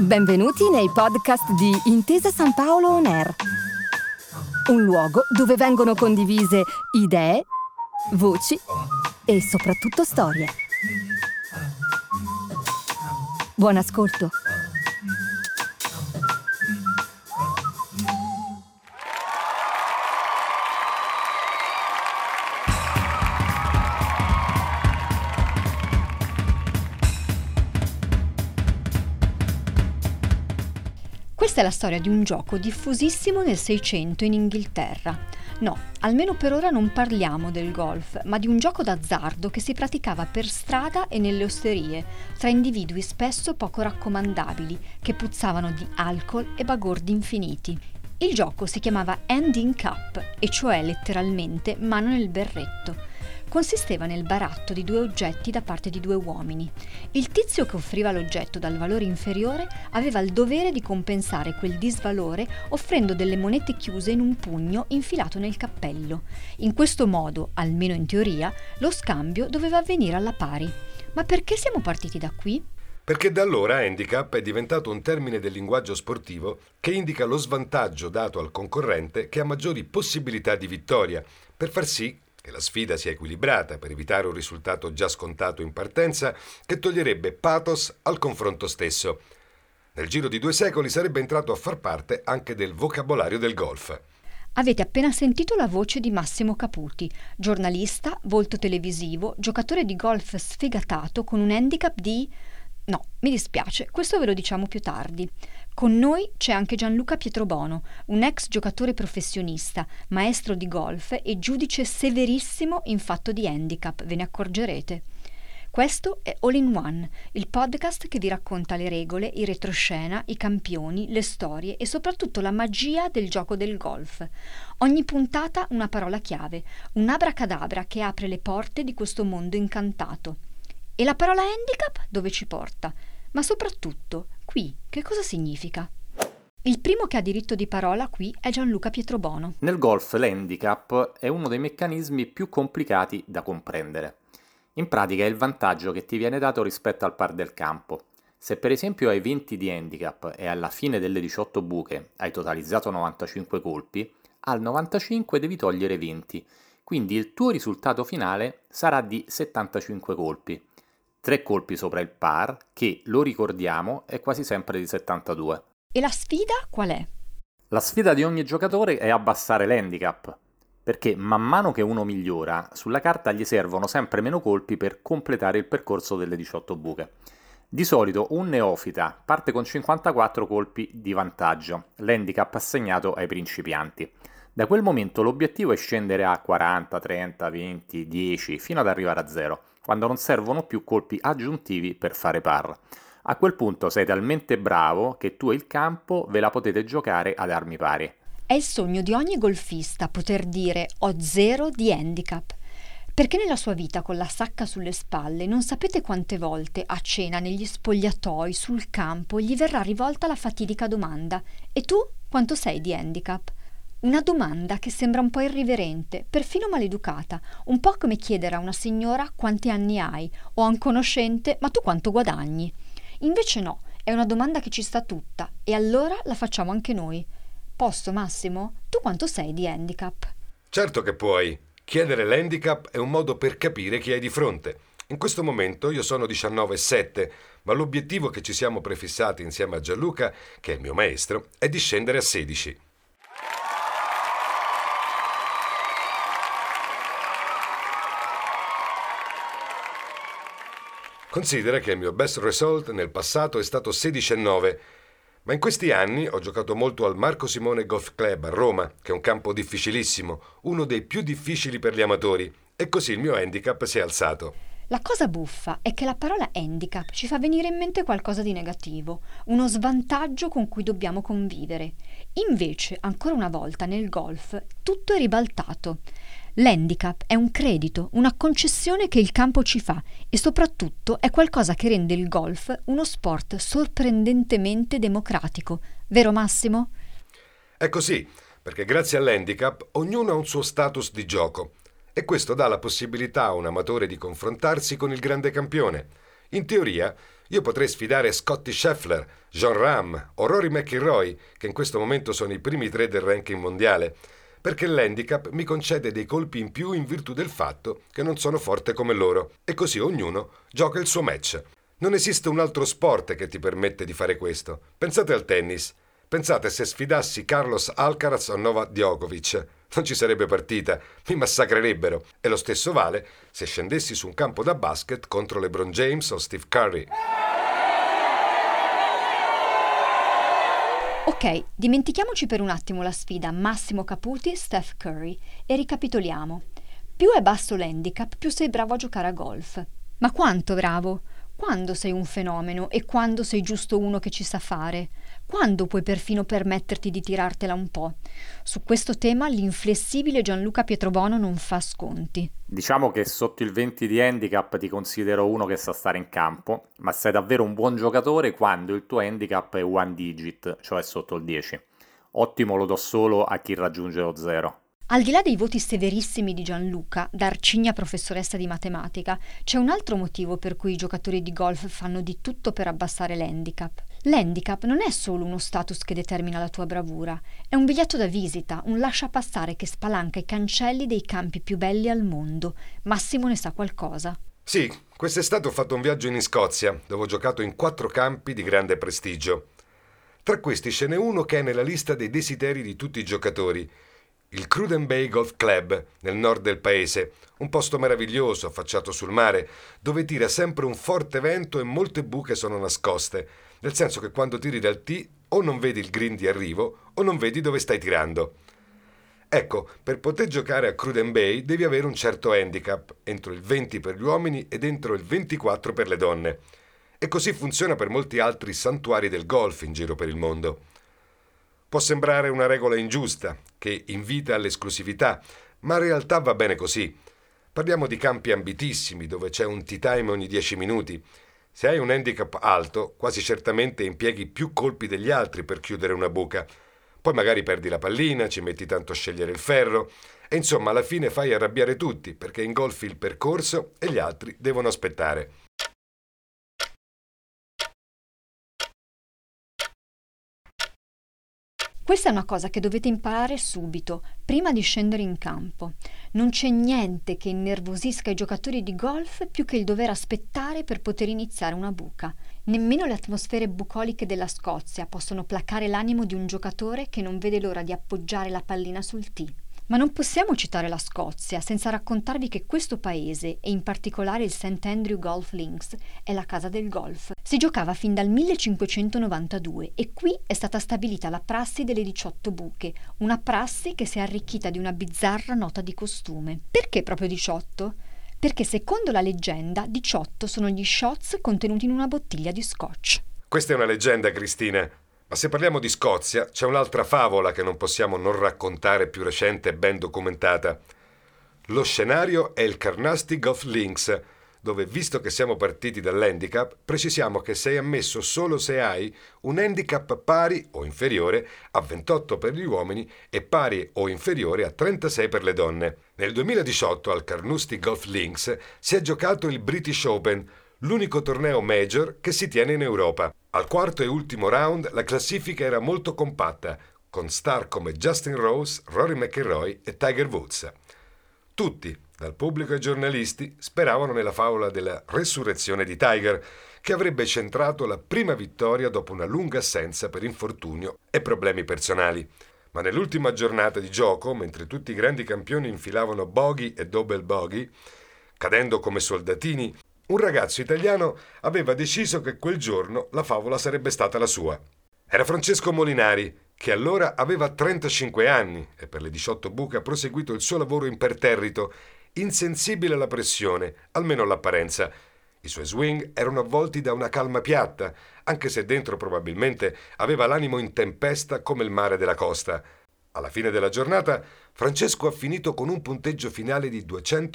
Benvenuti nei podcast di Intesa San Paolo On Air, un luogo dove vengono condivise idee, voci e soprattutto storie. Buon ascolto. Questa è la storia di un gioco diffusissimo nel Seicento in Inghilterra. No, almeno per ora non parliamo del golf, ma di un gioco d'azzardo che si praticava per strada e nelle osterie, tra individui spesso poco raccomandabili, che puzzavano di alcol e bagordi infiniti. Il gioco si chiamava Hand in Cup, e cioè letteralmente mano nel berretto. Consisteva nel baratto di due oggetti da parte di due uomini. Il tizio che offriva l'oggetto dal valore inferiore aveva il dovere di compensare quel disvalore offrendo delle monete chiuse in un pugno infilato nel cappello. In questo modo, almeno in teoria, lo scambio doveva avvenire alla pari. Ma perché siamo partiti da qui? Perché da allora handicap è diventato un termine del linguaggio sportivo che indica lo svantaggio dato al concorrente che ha maggiori possibilità di vittoria, per far sì che la sfida sia equilibrata, per evitare un risultato già scontato in partenza che toglierebbe pathos al confronto stesso. Nel giro di 2 secoli sarebbe entrato a far parte anche del vocabolario del golf. Avete appena sentito la voce di Massimo Caputi, giornalista, volto televisivo, giocatore di golf sfegatato con un handicap di... No, mi dispiace, questo ve lo diciamo più tardi. Con noi c'è anche Gianluca Pietrobono, un ex giocatore professionista, maestro di golf e giudice severissimo in fatto di handicap, ve ne accorgerete. Questo è All in One, il podcast che vi racconta le regole, i retroscena, i campioni, le storie e soprattutto la magia del gioco del golf. Ogni puntata una parola chiave, un abracadabra che apre le porte di questo mondo incantato. E la parola handicap dove ci porta? Ma soprattutto, qui, che cosa significa? Il primo che ha diritto di parola qui è Gianluca Pietrobono. Nel golf l'handicap è uno dei meccanismi più complicati da comprendere. In pratica è il vantaggio che ti viene dato rispetto al par del campo. Se per esempio hai 20 di handicap e alla fine delle 18 buche hai totalizzato 95 colpi, al 95 devi togliere 20, quindi il tuo risultato finale sarà di 75 colpi. 3 colpi sopra il par, che, lo ricordiamo, è quasi sempre di 72. E la sfida qual è? La sfida di ogni giocatore è abbassare l'handicap, perché man mano che uno migliora, sulla carta gli servono sempre meno colpi per completare il percorso delle 18 buche. Di solito un neofita parte con 54 colpi di vantaggio, l'handicap assegnato ai principianti. Da quel momento l'obiettivo è scendere a 40, 30, 20, 10, fino ad arrivare a 0. Quando non servono più colpi aggiuntivi per fare par. A quel punto sei talmente bravo che tu e il campo ve la potete giocare ad armi pari. È il sogno di ogni golfista poter dire ho 0 di handicap. Perché nella sua vita con la sacca sulle spalle non sapete quante volte a cena, negli spogliatoi, sul campo gli verrà rivolta la fatidica domanda: e tu quanto sei di handicap? Una domanda che sembra un po' irriverente, perfino maleducata, un po' come chiedere a una signora quanti anni hai, o a un conoscente ma tu quanto guadagni. Invece no, è una domanda che ci sta tutta, e allora la facciamo anche noi. Posso, Massimo? Tu quanto sei di handicap? Certo che puoi. Chiedere l'handicap è un modo per capire chi hai di fronte. In questo momento io sono 19,7, ma l'obiettivo che ci siamo prefissati insieme a Gianluca, che è il mio maestro, è di scendere a 16. Considera che il mio best result nel passato è stato 16,9, ma in questi anni ho giocato molto al Marco Simone Golf Club a Roma, che è un campo difficilissimo, uno dei più difficili per gli amatori, e così il mio handicap si è alzato. La cosa buffa è che la parola handicap ci fa venire in mente qualcosa di negativo, uno svantaggio con cui dobbiamo convivere. Invece, ancora una volta nel golf, tutto è ribaltato. L'handicap è un credito, una concessione che il campo ci fa e soprattutto è qualcosa che rende il golf uno sport sorprendentemente democratico. Vero Massimo? È così, perché grazie all'handicap ognuno ha un suo status di gioco e questo dà la possibilità a un amatore di confrontarsi con il grande campione. In teoria, Io potrei sfidare Scottie Scheffler, Jon Rahm o Rory McIlroy, che in questo momento sono i primi 3 del ranking mondiale, perché l'handicap mi concede dei colpi in più in virtù del fatto che non sono forte come loro, e così ognuno gioca il suo match. Non esiste un altro sport che ti permette di fare questo. Pensate al tennis. Pensate se sfidassi Carlos Alcaraz o Novak Djokovic. Non ci sarebbe partita, mi massacrerebbero. E lo stesso vale se scendessi su un campo da basket contro LeBron James o Steve Curry. Ok, dimentichiamoci per un attimo la sfida Massimo Caputi-Steph Curry e ricapitoliamo. Più è basso l'handicap, più sei bravo a giocare a golf. Ma quanto bravo? Quando sei un fenomeno e quando sei giusto uno che ci sa fare? Quando puoi perfino permetterti di tirartela un po'? Su questo tema l'inflessibile Gianluca Pietrobono non fa sconti. Diciamo che sotto il 20 di handicap ti considero uno che sa stare in campo, ma sei davvero un buon giocatore quando il tuo handicap è one digit, cioè sotto il 10. Ottimo lo do solo a chi raggiunge lo 0. Al di là dei voti severissimi di Gianluca, da arcigna professoressa di matematica, c'è un altro motivo per cui i giocatori di golf fanno di tutto per abbassare l'handicap. L'handicap non è solo uno status che determina la tua bravura, è un biglietto da visita, un lasciapassare che spalanca i cancelli dei campi più belli al mondo. Massimo ne sa qualcosa. Sì, quest'estate ho fatto un viaggio in Scozia, dove ho giocato in 4 campi di grande prestigio. Tra questi ce n'è uno che è nella lista dei desideri di tutti i giocatori, il Cruden Bay Golf Club, nel nord del paese, un posto meraviglioso, affacciato sul mare, dove tira sempre un forte vento e molte buche sono nascoste, nel senso che quando tiri dal tee o non vedi il green di arrivo o non vedi dove stai tirando. Ecco, per poter giocare a Cruden Bay devi avere un certo handicap, entro il 20 per gli uomini ed entro il 24 per le donne. E così funziona per molti altri santuari del golf in giro per il mondo. Può sembrare una regola ingiusta, che invita all'esclusività, ma in realtà va bene così. Parliamo di campi ambitissimi, dove c'è un tee time ogni 10 minuti. Se hai un handicap alto, quasi certamente impieghi più colpi degli altri per chiudere una buca. Poi magari perdi la pallina, ci metti tanto a scegliere il ferro, e insomma alla fine fai arrabbiare tutti, perché ingolfi il percorso e gli altri devono aspettare. Questa è una cosa che dovete imparare subito, prima di scendere in campo. Non c'è niente che innervosisca i giocatori di golf più che il dover aspettare per poter iniziare una buca. Nemmeno le atmosfere bucoliche della Scozia possono placare l'animo di un giocatore che non vede l'ora di appoggiare la pallina sul tee. Ma non possiamo citare la Scozia senza raccontarvi che questo paese, e in particolare il St. Andrew Golf Links, è la casa del golf. Si giocava fin dal 1592 e qui è stata stabilita la prassi delle 18 buche, una prassi che si è arricchita di una bizzarra nota di costume. Perché proprio 18? Perché secondo la leggenda 18 sono gli shots contenuti in una bottiglia di scotch. Questa è una leggenda, Cristina. Ma se parliamo di Scozia, c'è un'altra favola che non possiamo non raccontare, più recente e ben documentata. Lo scenario è il Carnoustie Golf Links, dove, visto che siamo partiti dall'handicap, precisiamo che sei ammesso solo se hai un handicap pari o inferiore a 28 per gli uomini e pari o inferiore a 36 per le donne. Nel 2018 al Carnoustie Golf Links si è giocato il British Open, l'unico torneo major che si tiene in Europa. Al quarto e ultimo round la classifica era molto compatta, con star come Justin Rose, Rory McIlroy e Tiger Woods. Tutti, dal pubblico ai giornalisti, speravano nella favola della resurrezione di Tiger, che avrebbe centrato la prima vittoria dopo una lunga assenza per infortunio e problemi personali. Ma nell'ultima giornata di gioco, mentre tutti i grandi campioni infilavano bogey e double bogey, cadendo come soldatini, un ragazzo italiano aveva deciso che quel giorno la favola sarebbe stata la sua. Era Francesco Molinari, che allora aveva 35 anni e per le 18 buche ha proseguito il suo lavoro imperterrito, insensibile alla pressione, almeno all'apparenza. I suoi swing erano avvolti da una calma piatta, anche se dentro probabilmente aveva l'animo in tempesta come il mare della costa. Alla fine della giornata, Francesco ha finito con un punteggio finale di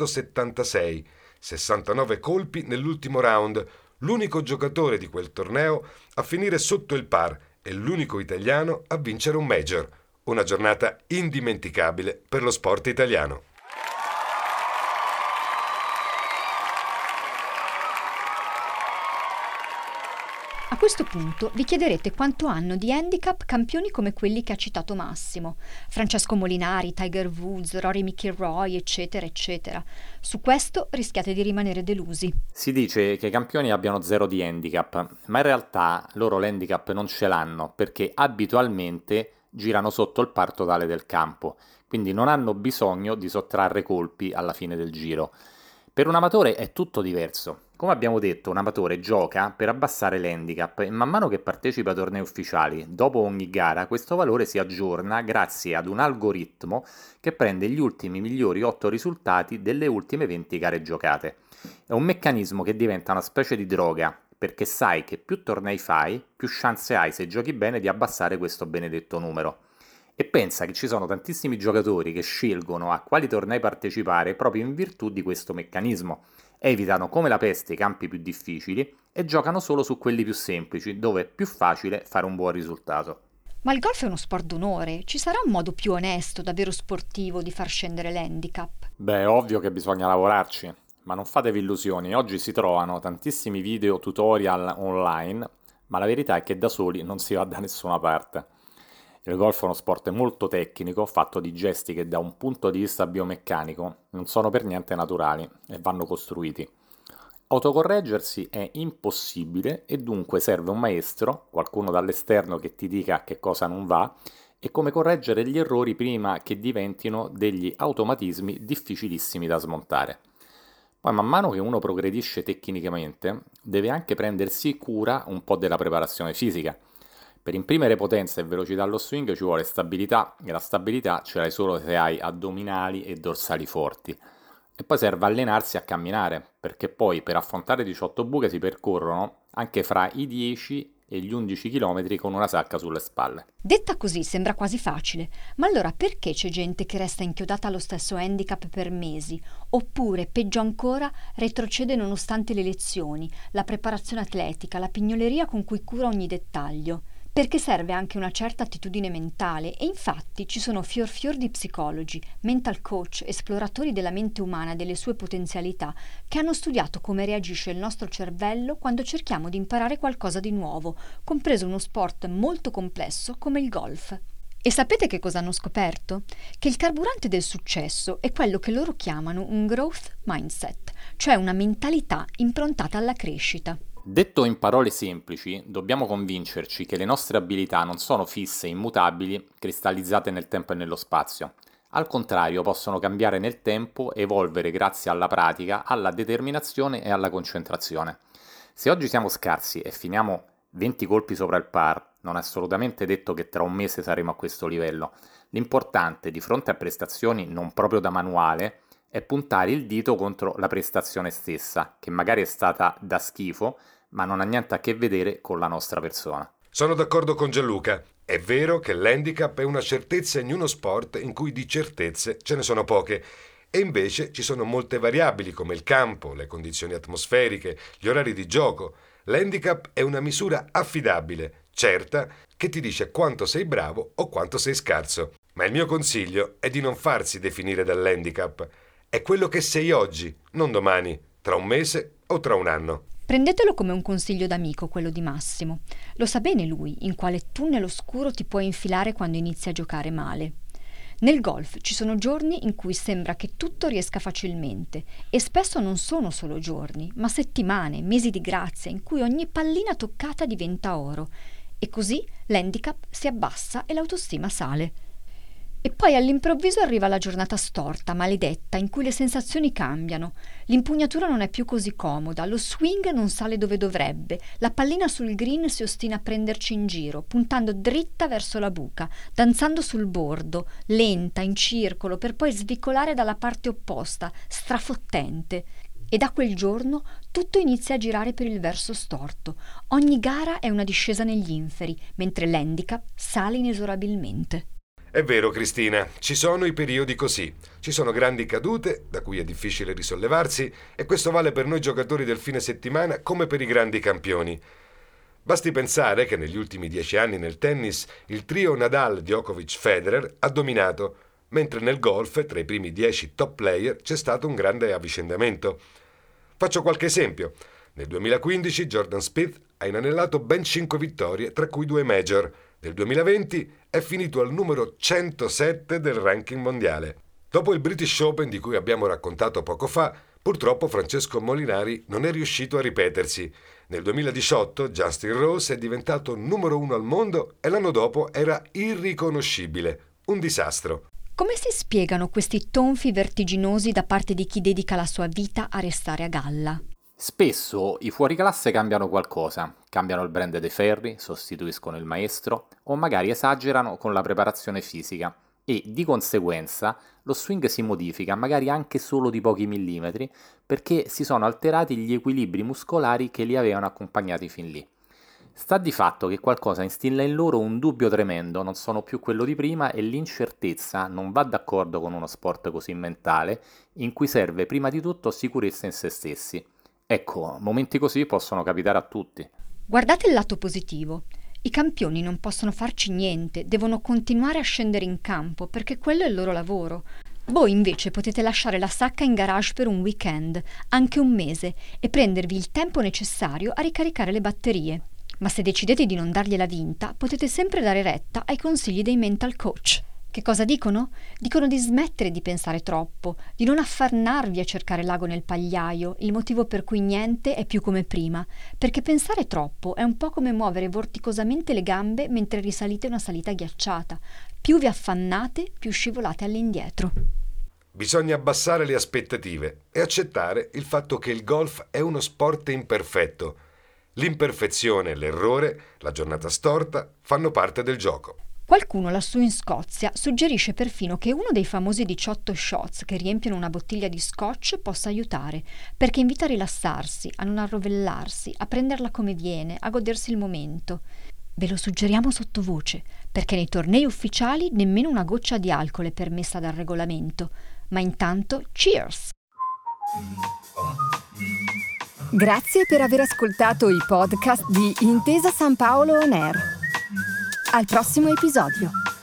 276, 69 colpi nell'ultimo round, l'unico giocatore di quel torneo a finire sotto il par e l'unico italiano a vincere un major. Una giornata indimenticabile per lo sport italiano. A questo punto vi chiederete quanto hanno di handicap campioni come quelli che ha citato Massimo: Francesco Molinari, Tiger Woods, Rory McIlroy, eccetera, eccetera. Su questo rischiate di rimanere delusi. Si dice che i campioni abbiano 0 di handicap, ma in realtà loro l'handicap non ce l'hanno perché abitualmente girano sotto il par totale del campo, quindi non hanno bisogno di sottrarre colpi alla fine del giro. Per un amatore è tutto diverso. Come abbiamo detto, un amatore gioca per abbassare l'handicap e man mano che partecipa a tornei ufficiali, dopo ogni gara, questo valore si aggiorna grazie ad un algoritmo che prende gli ultimi migliori 8 risultati delle ultime 20 gare giocate. È un meccanismo che diventa una specie di droga, perché sai che più tornei fai, più chance hai, se giochi bene, di abbassare questo benedetto numero. E pensa che ci sono tantissimi giocatori che scelgono a quali tornei partecipare proprio in virtù di questo meccanismo. Evitano come la peste i campi più difficili e giocano solo su quelli più semplici, dove è più facile fare un buon risultato. Ma il golf è uno sport d'onore, ci sarà un modo più onesto, davvero sportivo, di far scendere l'handicap? Beh, è ovvio che bisogna lavorarci, ma non fatevi illusioni, oggi si trovano tantissimi video tutorial online, ma la verità è che da soli non si va da nessuna parte. Il golf è uno sport molto tecnico, fatto di gesti che da un punto di vista biomeccanico non sono per niente naturali e vanno costruiti. Autocorreggersi è impossibile e dunque serve un maestro, qualcuno dall'esterno che ti dica che cosa non va e come correggere gli errori prima che diventino degli automatismi difficilissimi da smontare. Poi man mano che uno progredisce tecnicamente deve anche prendersi cura un po' della preparazione fisica. Per imprimere potenza e velocità allo swing ci vuole stabilità e la stabilità ce l'hai solo se hai addominali e dorsali forti. E poi serve allenarsi a camminare, perché poi per affrontare 18 buche si percorrono anche fra i 10 e gli 11 km con una sacca sulle spalle. Detta così sembra quasi facile, ma allora perché c'è gente che resta inchiodata allo stesso handicap per mesi? Oppure, peggio ancora, retrocede nonostante le lezioni, la preparazione atletica, la pignoleria con cui cura ogni dettaglio? Perché serve anche una certa attitudine mentale e infatti ci sono fior di psicologi, mental coach, esploratori della mente umana e delle sue potenzialità che hanno studiato come reagisce il nostro cervello quando cerchiamo di imparare qualcosa di nuovo, compreso uno sport molto complesso come il golf. E sapete che cosa hanno scoperto? Che il carburante del successo è quello che loro chiamano un growth mindset, cioè una mentalità improntata alla crescita. Detto in parole semplici, dobbiamo convincerci che le nostre abilità non sono fisse e immutabili, cristallizzate nel tempo e nello spazio. Al contrario, possono cambiare nel tempo e evolvere grazie alla pratica, alla determinazione e alla concentrazione. Se oggi siamo scarsi e finiamo 20 colpi sopra il par, non è assolutamente detto che tra un mese saremo a questo livello. L'importante, di fronte a prestazioni non proprio da manuale, è puntare il dito contro la prestazione stessa, che magari è stata da schifo, ma non ha niente a che vedere con la nostra persona. Sono d'accordo con Gianluca. È vero che l'handicap è una certezza in uno sport in cui di certezze ce ne sono poche. E invece ci sono molte variabili come il campo, le condizioni atmosferiche, gli orari di gioco. L'handicap è una misura affidabile, certa, che ti dice quanto sei bravo o quanto sei scarso. Ma il mio consiglio è di non farsi definire dall'handicap. È quello che sei oggi, non domani, tra un mese o tra un anno. Prendetelo come un consiglio d'amico, quello di Massimo. Lo sa bene lui in quale tunnel oscuro ti puoi infilare quando inizi a giocare male. Nel golf ci sono giorni in cui sembra che tutto riesca facilmente e spesso non sono solo giorni, ma settimane, mesi di grazia in cui ogni pallina toccata diventa oro e così l'handicap si abbassa e l'autostima sale. E poi all'improvviso arriva la giornata storta, maledetta, in cui le sensazioni cambiano. L'impugnatura non è più così comoda, lo swing non sale dove dovrebbe, la pallina sul green si ostina a prenderci in giro, puntando dritta verso la buca, danzando sul bordo, lenta, in circolo, per poi svicolare dalla parte opposta, strafottente. E da quel giorno tutto inizia a girare per il verso storto. Ogni gara è una discesa negli inferi, mentre l'handicap sale inesorabilmente. È vero, Cristina, ci sono i periodi così. Ci sono grandi cadute, da cui è difficile risollevarsi, e questo vale per noi giocatori del fine settimana come per i grandi campioni. Basti pensare che negli ultimi 10 anni nel tennis il trio Nadal, Djokovic, Federer ha dominato, mentre nel golf, tra i primi 10 top player, c'è stato un grande avvicendamento. Faccio qualche esempio. Nel 2015 Jordan Spieth ha inanellato ben 5 vittorie, tra cui 2 major. Nel 2020 è finito al numero 107 del ranking mondiale. Dopo il British Open di cui abbiamo raccontato poco fa, purtroppo Francesco Molinari non è riuscito a ripetersi. Nel 2018 Justin Rose è diventato numero 1 al mondo e l'anno dopo era irriconoscibile. Un disastro. Come si spiegano questi tonfi vertiginosi da parte di chi dedica la sua vita a restare a galla? Spesso i fuoriclasse cambiano qualcosa, cambiano il brand dei ferri, sostituiscono il maestro o magari esagerano con la preparazione fisica e di conseguenza lo swing si modifica, magari anche solo di pochi millimetri, perché si sono alterati gli equilibri muscolari che li avevano accompagnati fin lì. Sta di fatto che qualcosa instilla in loro un dubbio tremendo, non sono più quello di prima e l'incertezza non va d'accordo con uno sport così mentale, in cui serve prima di tutto sicurezza in se stessi. Ecco, momenti così possono capitare a tutti. Guardate il lato positivo. I campioni non possono farci niente, devono continuare a scendere in campo perché quello è il loro lavoro. Voi invece potete lasciare la sacca in garage per un weekend, anche un mese, e prendervi il tempo necessario a ricaricare le batterie. Ma se decidete di non dargliela vinta, potete sempre dare retta ai consigli dei mental coach. Che cosa dicono? Dicono di smettere di pensare troppo, di non affannarvi a cercare l'ago nel pagliaio, il motivo per cui niente è più come prima, perché pensare troppo è un po' come muovere vorticosamente le gambe mentre risalite una salita ghiacciata. Più vi affannate, più scivolate all'indietro. Bisogna abbassare le aspettative e accettare il fatto che il golf è uno sport imperfetto. L'imperfezione, l'errore, la giornata storta fanno parte del gioco. Qualcuno lassù in Scozia suggerisce perfino che uno dei famosi 18 shots che riempiono una bottiglia di scotch possa aiutare, perché invita a rilassarsi, a non arrovellarsi, a prenderla come viene, a godersi il momento. Ve lo suggeriamo sottovoce, perché nei tornei ufficiali nemmeno una goccia di alcol è permessa dal regolamento. Ma intanto, cheers! Grazie per aver ascoltato i podcast di Intesa San Paolo On Air. Al prossimo episodio.